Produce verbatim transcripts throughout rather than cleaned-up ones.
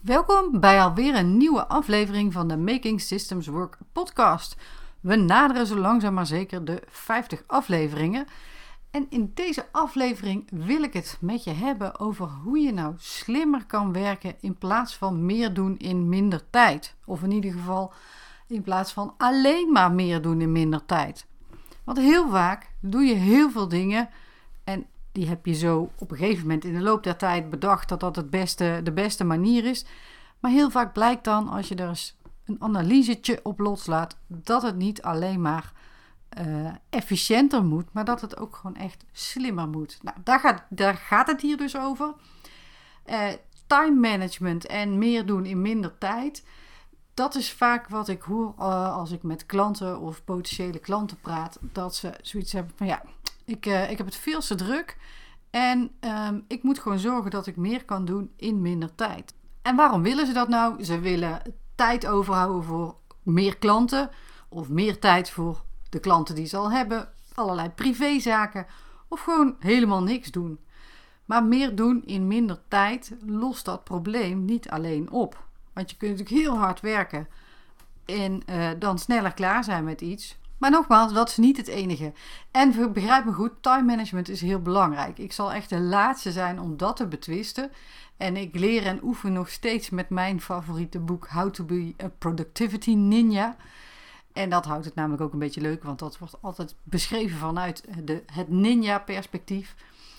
Welkom bij alweer een nieuwe aflevering van de Making Systems Work podcast. We naderen zo langzaam maar zeker de vijftig afleveringen. En in deze aflevering wil ik het met je hebben over hoe je nou slimmer kan werken in plaats van meer doen in minder tijd. Of in ieder geval in plaats van alleen maar meer doen in minder tijd. Want heel vaak doe je heel veel dingen en die heb je zo op een gegeven moment in de loop der tijd bedacht dat dat het beste, de beste manier is. Maar heel vaak blijkt dan, als je er eens een analysetje op loslaat, dat het niet alleen maar uh, efficiënter moet, maar dat het ook gewoon echt slimmer moet. Nou, daar gaat, daar gaat het hier dus over. Uh, time management en meer doen in minder tijd. Dat is vaak wat ik hoor uh, als ik met klanten of potentiële klanten praat. Dat ze zoiets hebben van ja, ik, uh, ik heb het veel te druk. En um, ik moet gewoon zorgen dat ik meer kan doen in minder tijd. En waarom willen ze dat nou? Ze willen tijd overhouden voor meer klanten. Of meer tijd voor de klanten die ze al hebben. Allerlei privézaken. Of gewoon helemaal niks doen. Maar meer doen in minder tijd lost dat probleem niet alleen op. Want je kunt natuurlijk heel hard werken en uh, dan sneller klaar zijn met iets. Maar nogmaals, dat is niet het enige. En begrijp me goed, time management is heel belangrijk. Ik zal echt de laatste zijn om dat te betwisten. En ik leer en oefen nog steeds met mijn favoriete boek How to be a Productivity Ninja. En dat houdt het namelijk ook een beetje leuk, want dat wordt altijd beschreven vanuit de, het ninja-perspectief.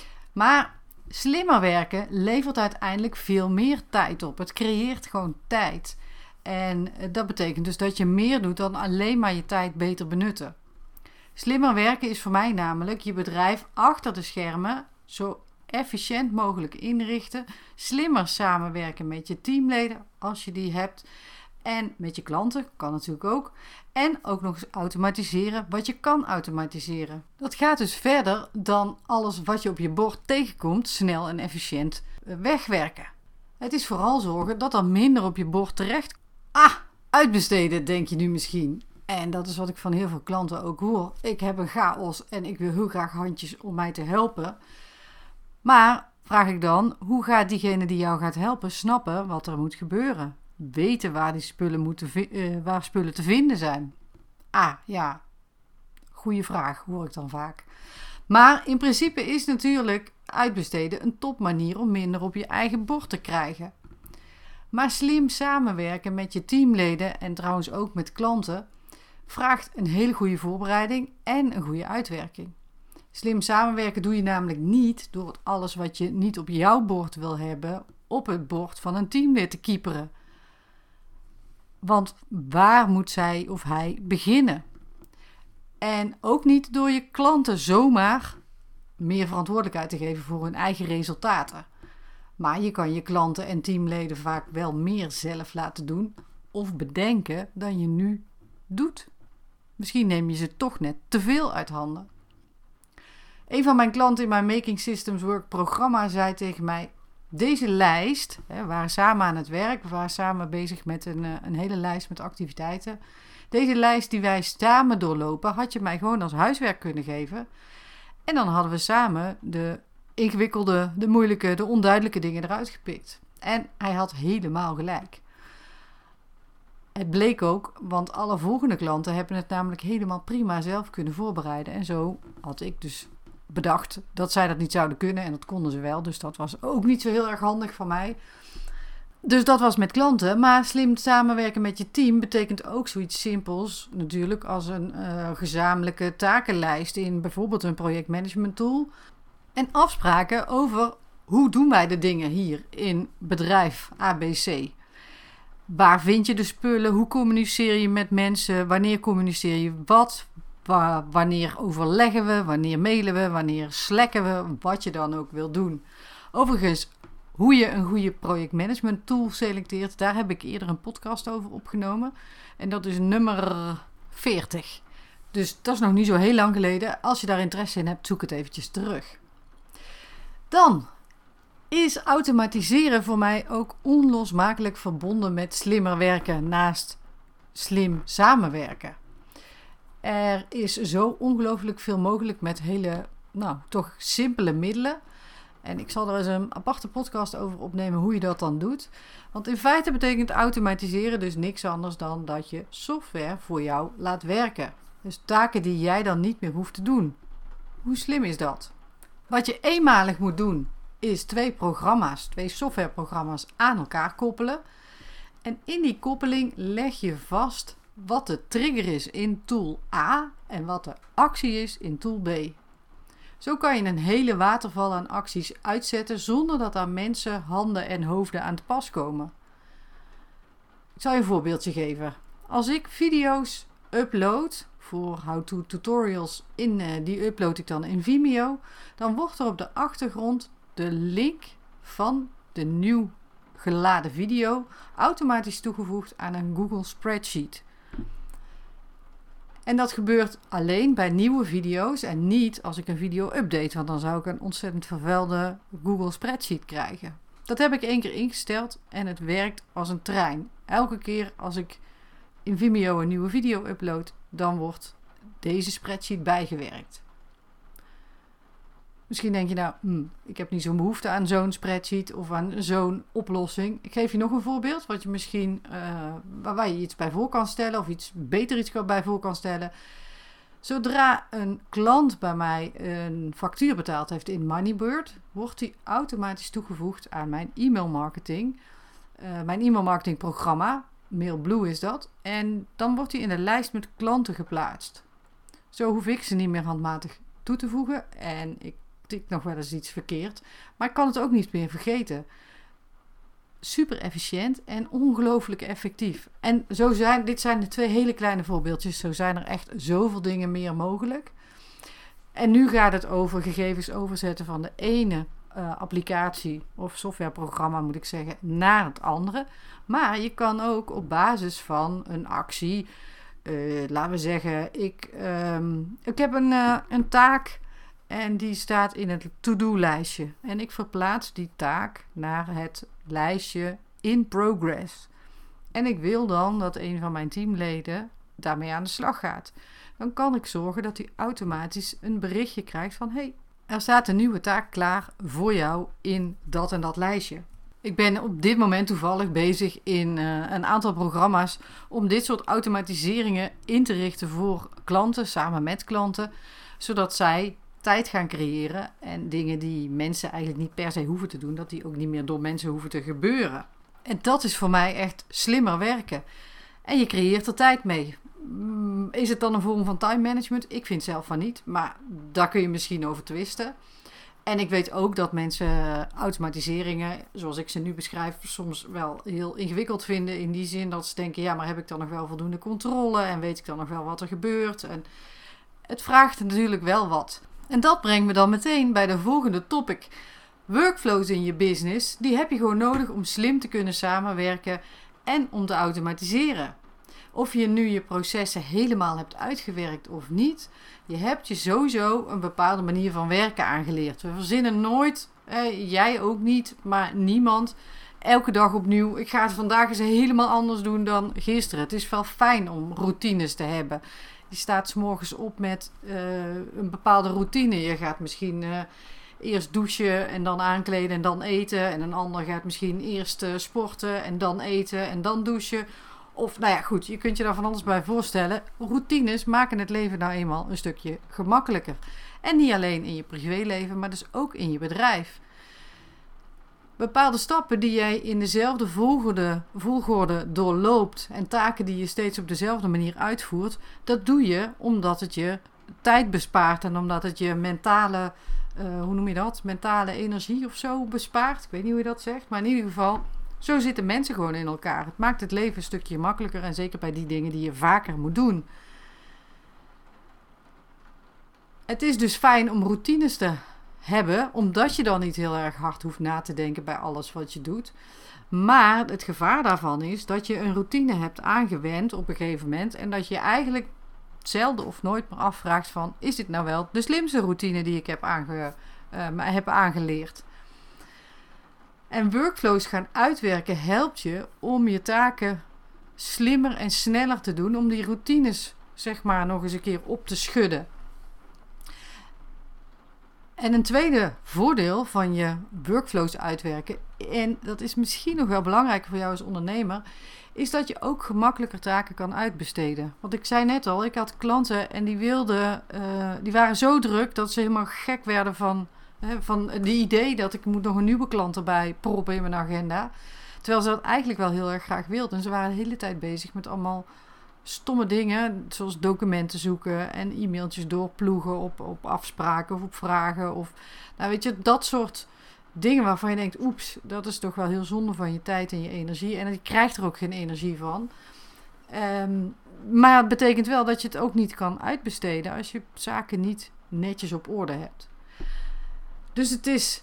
Maar slimmer werken levert uiteindelijk veel meer tijd op. Het creëert gewoon tijd. En dat betekent dus dat je meer doet dan alleen maar je tijd beter benutten. Slimmer werken is voor mij namelijk je bedrijf achter de schermen zo efficiënt mogelijk inrichten. Slimmer samenwerken met je teamleden als je die hebt. En met je klanten, kan natuurlijk ook. En ook nog eens automatiseren wat je kan automatiseren. Dat gaat dus verder dan alles wat je op je bord tegenkomt snel en efficiënt wegwerken. Het is vooral zorgen dat er minder op je bord terecht. Ah, uitbesteden denk je nu misschien. En dat is wat ik van heel veel klanten ook hoor. Ik heb een chaos en ik wil heel graag handjes om mij te helpen. Maar vraag ik dan, hoe gaat diegene die jou gaat helpen snappen wat er moet gebeuren? Weten waar die spullen, moeten, uh, waar spullen te vinden zijn? Ah, ja. Goeie vraag, hoor ik dan vaak. Maar in principe is natuurlijk uitbesteden een topmanier om minder op je eigen bord te krijgen. Maar slim samenwerken met je teamleden en trouwens ook met klanten vraagt een hele goede voorbereiding en een goede uitwerking. Slim samenwerken doe je namelijk niet door alles wat je niet op jouw bord wil hebben op het bord van een teamlid te kieperen. Want waar moet zij of hij beginnen? En ook niet door je klanten zomaar meer verantwoordelijkheid te geven voor hun eigen resultaten. Maar je kan je klanten en teamleden vaak wel meer zelf laten doen of bedenken dan je nu doet. Misschien neem je ze toch net te veel uit handen. Een van mijn klanten in mijn Making Systems Work programma zei tegen mij: deze lijst, hè, we waren samen aan het werk, we waren samen bezig met een, een hele lijst met activiteiten. Deze lijst die wij samen doorlopen, had je mij gewoon als huiswerk kunnen geven. En dan hadden we samen de ingewikkelde, de moeilijke, de onduidelijke dingen eruit gepikt. En hij had helemaal gelijk. Het bleek ook, want alle volgende klanten hebben het namelijk helemaal prima zelf kunnen voorbereiden. En zo had ik dus bedacht dat zij dat niet zouden kunnen en dat konden ze wel. Dus dat was ook niet zo heel erg handig van mij. Dus dat was met klanten. Maar slim samenwerken met je team betekent ook zoiets simpels natuurlijk als een uh, gezamenlijke takenlijst in bijvoorbeeld een projectmanagement tool. En afspraken over hoe doen wij de dingen hier in bedrijf A B C. Waar vind je de spullen? Hoe communiceer je met mensen? Wanneer communiceer je wat? Wa- wanneer overleggen we? Wanneer mailen we? Wanneer slacken we? Wat je dan ook wil doen. Overigens, hoe je een goede projectmanagement tool selecteert, daar heb ik eerder een podcast over opgenomen. En dat is nummer veertig. Dus dat is nog niet zo heel lang geleden. Als je daar interesse in hebt, zoek het eventjes terug. Dan is automatiseren voor mij ook onlosmakelijk verbonden met slimmer werken naast slim samenwerken. Er is zo ongelooflijk veel mogelijk met hele, nou, toch simpele middelen. En ik zal er eens een aparte podcast over opnemen hoe je dat dan doet. Want in feite betekent automatiseren dus niks anders dan dat je software voor jou laat werken. Dus taken die jij dan niet meer hoeft te doen. Hoe slim is dat? Wat je eenmalig moet doen is twee programma's, twee softwareprogramma's aan elkaar koppelen. En in die koppeling leg je vast wat de trigger is in tool A en wat de actie is in tool B. Zo kan je een hele waterval aan acties uitzetten zonder dat daar mensen, handen en hoofden aan te pas komen. Ik zal je een voorbeeldje geven. Als ik video's upload voor how-to tutorials, in, uh, die upload ik dan in Vimeo, dan wordt er op de achtergrond de link van de nieuw geladen video automatisch toegevoegd aan een Google Spreadsheet. En dat gebeurt alleen bij nieuwe video's en niet als ik een video update, want dan zou ik een ontzettend vervuilde Google Spreadsheet krijgen. Dat heb ik één keer ingesteld en het werkt als een trein. Elke keer als ik in Vimeo een nieuwe video upload, dan wordt deze spreadsheet bijgewerkt. Misschien denk je nou, hmm, ik heb niet zo'n behoefte aan zo'n spreadsheet of aan zo'n oplossing. Ik geef je nog een voorbeeld wat je misschien, uh, waar je iets bij voor kan stellen of iets beter iets bij voor kan stellen. Zodra een klant bij mij een factuur betaald heeft in Moneybird, wordt die automatisch toegevoegd aan mijn e-mailmarketing, uh, mijn e-mailmarketing programma. MailBlue is dat. En dan wordt die in de lijst met klanten geplaatst. Zo hoef ik ze niet meer handmatig toe te voegen en ik tik nog wel eens iets verkeerd, maar ik kan het ook niet meer vergeten. Super efficiënt en ongelooflijk effectief. En zo zijn, dit zijn de twee hele kleine voorbeeldjes, zo zijn er echt zoveel dingen meer mogelijk. En nu gaat het over gegevens overzetten van de ene uh, applicatie of softwareprogramma, moet ik zeggen, naar het andere. Maar je kan ook op basis van een actie, uh, laten we zeggen, ik, um, ik heb een, uh, een taak en die staat in het to-do-lijstje. En ik verplaats die taak naar het lijstje in progress. En ik wil dan dat een van mijn teamleden daarmee aan de slag gaat. Dan kan ik zorgen dat hij automatisch een berichtje krijgt van: hey, er staat een nieuwe taak klaar voor jou in dat en dat lijstje. Ik ben op dit moment toevallig bezig in uh, een aantal programma's om dit soort automatiseringen in te richten voor klanten, samen met klanten, zodat zij tijd gaan creëren en dingen die mensen eigenlijk niet per se hoeven te doen, dat die ook niet meer door mensen hoeven te gebeuren. En dat is voor mij echt slimmer werken. En je creëert er tijd mee. Is het dan een vorm van time management? Ik vind zelf van niet, maar daar kun je misschien over twisten. En ik weet ook dat mensen automatiseringen, zoals ik ze nu beschrijf, soms wel heel ingewikkeld vinden. In die zin dat ze denken, ja, maar heb ik dan nog wel voldoende controle? En weet ik dan nog wel wat er gebeurt? En het vraagt natuurlijk wel wat. En dat brengt me dan meteen bij de volgende topic. Workflows in je business, die heb je gewoon nodig om slim te kunnen samenwerken en om te automatiseren. Of je nu je processen helemaal hebt uitgewerkt of niet, je hebt je sowieso een bepaalde manier van werken aangeleerd. We verzinnen nooit, eh, jij ook niet, maar niemand, elke dag opnieuw. Ik ga het vandaag eens helemaal anders doen dan gisteren. Het is wel fijn om routines te hebben. Je staat 's morgens op met uh, een bepaalde routine. Je gaat misschien uh, eerst douchen en dan aankleden en dan eten. En een ander gaat misschien eerst uh, sporten en dan eten en dan douchen. Of, nou ja, goed, je kunt je daar van alles bij voorstellen. Routines maken het leven nou eenmaal een stukje gemakkelijker. En niet alleen in je privéleven, maar dus ook in je bedrijf. Bepaalde stappen die jij in dezelfde volgorde, volgorde doorloopt en taken die je steeds op dezelfde manier uitvoert, dat doe je omdat het je tijd bespaart en omdat het je mentale, uh, hoe noem je dat, mentale energie of zo bespaart. Ik weet niet hoe je dat zegt, maar in ieder geval, zo zitten mensen gewoon in elkaar. Het maakt het leven een stukje makkelijker en zeker bij die dingen die je vaker moet doen. Het is dus fijn om routines te hebben, omdat je dan niet heel erg hard hoeft na te denken bij alles wat je doet. Maar het gevaar daarvan is dat je een routine hebt aangewend op een gegeven moment en dat je eigenlijk zelden of nooit meer afvraagt van, is dit nou wel de slimste routine die ik heb, aange, uh, heb aangeleerd? En workflows gaan uitwerken helpt je om je taken slimmer en sneller te doen, om die routines zeg maar nog eens een keer op te schudden. En een tweede voordeel van je workflows uitwerken, en dat is misschien nog wel belangrijker voor jou als ondernemer, is dat je ook gemakkelijker taken kan uitbesteden. Want ik zei net al, ik had klanten en die wilden, uh, die waren zo druk dat ze helemaal gek werden van, hè, van de idee dat ik moet nog een nieuwe klant erbij proppen in mijn agenda. Terwijl ze dat eigenlijk wel heel erg graag wilden. En ze waren de hele tijd bezig met allemaal stomme dingen, zoals documenten zoeken en e-mailtjes doorploegen op, op afspraken of op vragen. Of, nou weet je, dat soort dingen waarvan je denkt, oeps, dat is toch wel heel zonde van je tijd en je energie. En je krijgt er ook geen energie van. Um, maar het betekent wel dat je het ook niet kan uitbesteden als je zaken niet netjes op orde hebt. Dus het is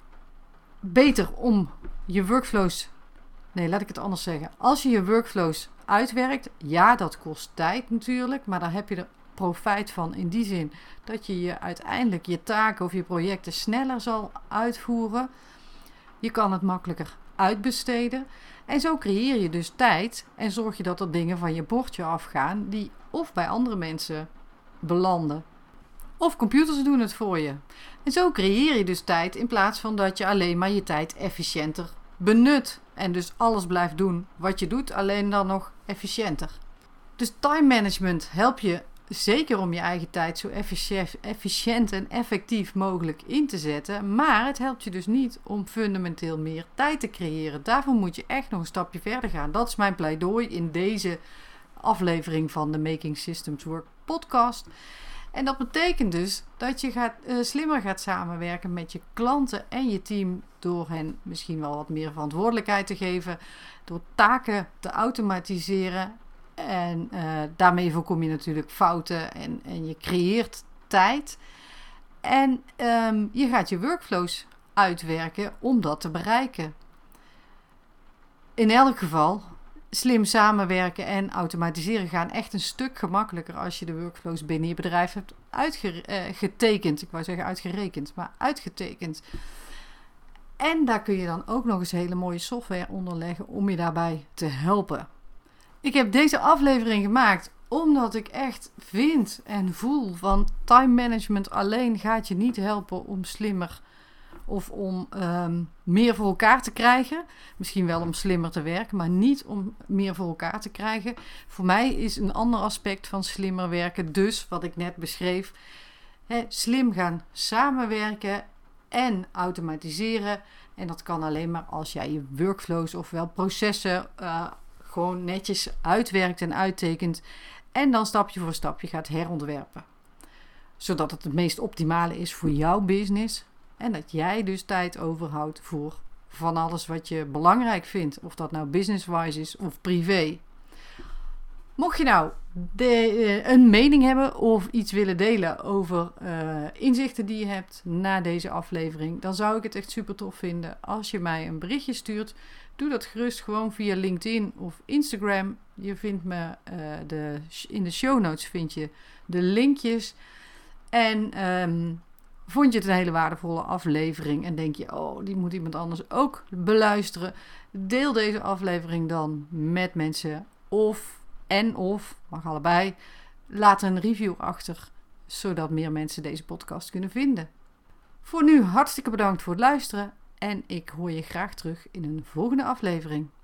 beter om je workflows... Nee, laat ik het anders zeggen. Als je je workflows uitwerkt, ja, dat kost tijd natuurlijk, maar daar heb je er profijt van in die zin dat je je uiteindelijk je taken of je projecten sneller zal uitvoeren. Je kan het makkelijker uitbesteden en zo creëer je dus tijd en zorg je dat er dingen van je bordje afgaan die of bij andere mensen belanden of computers doen het voor je. En zo creëer je dus tijd in plaats van dat je alleen maar je tijd efficiënter benut en dus alles blijft doen wat je doet, alleen dan nog efficiënter. Dus time management helpt je zeker om je eigen tijd zo efficiënt en effectief mogelijk in te zetten, maar het helpt je dus niet om fundamenteel meer tijd te creëren. Daarvoor moet je echt nog een stapje verder gaan. Dat is mijn pleidooi in deze aflevering van de Making Systems Work podcast. En dat betekent dus dat je gaat, uh, slimmer gaat samenwerken met je klanten en je team door hen misschien wel wat meer verantwoordelijkheid te geven, door taken te automatiseren en uh, daarmee voorkom je natuurlijk fouten en, en je creëert tijd. En um, je gaat je workflows uitwerken om dat te bereiken. In elk geval, slim samenwerken en automatiseren gaan echt een stuk gemakkelijker als je de workflows binnen je bedrijf hebt uitgetekend. Uh, ik wou zeggen uitgerekend, maar uitgetekend. En daar kun je dan ook nog eens hele mooie software onder leggen om je daarbij te helpen. Ik heb deze aflevering gemaakt omdat ik echt vind en voel van time management alleen gaat je niet helpen om slimmer of om um, meer voor elkaar te krijgen. Misschien wel om slimmer te werken, maar niet om meer voor elkaar te krijgen. Voor mij is een ander aspect van slimmer werken dus, wat ik net beschreef, hè, slim gaan samenwerken en automatiseren. En dat kan alleen maar als jij je workflows ofwel processen uh, gewoon netjes uitwerkt en uittekent. En dan stapje voor stapje gaat herontwerpen. Zodat het het meest optimale is voor jouw business. En dat jij dus tijd overhoudt voor van alles wat je belangrijk vindt. Of dat nou business-wise is of privé. Mocht je nou de, een mening hebben of iets willen delen over uh, inzichten die je hebt na deze aflevering, dan zou ik het echt super tof vinden als je mij een berichtje stuurt. Doe dat gerust gewoon via LinkedIn of Instagram. Je vindt me uh, de, in de show notes vind je de linkjes. En um, vond je het een hele waardevolle aflevering en denk je, oh, die moet iemand anders ook beluisteren. Deel deze aflevering dan met mensen of en of, mag allebei, laat een review achter, zodat meer mensen deze podcast kunnen vinden. Voor nu hartstikke bedankt voor het luisteren en ik hoor je graag terug in een volgende aflevering.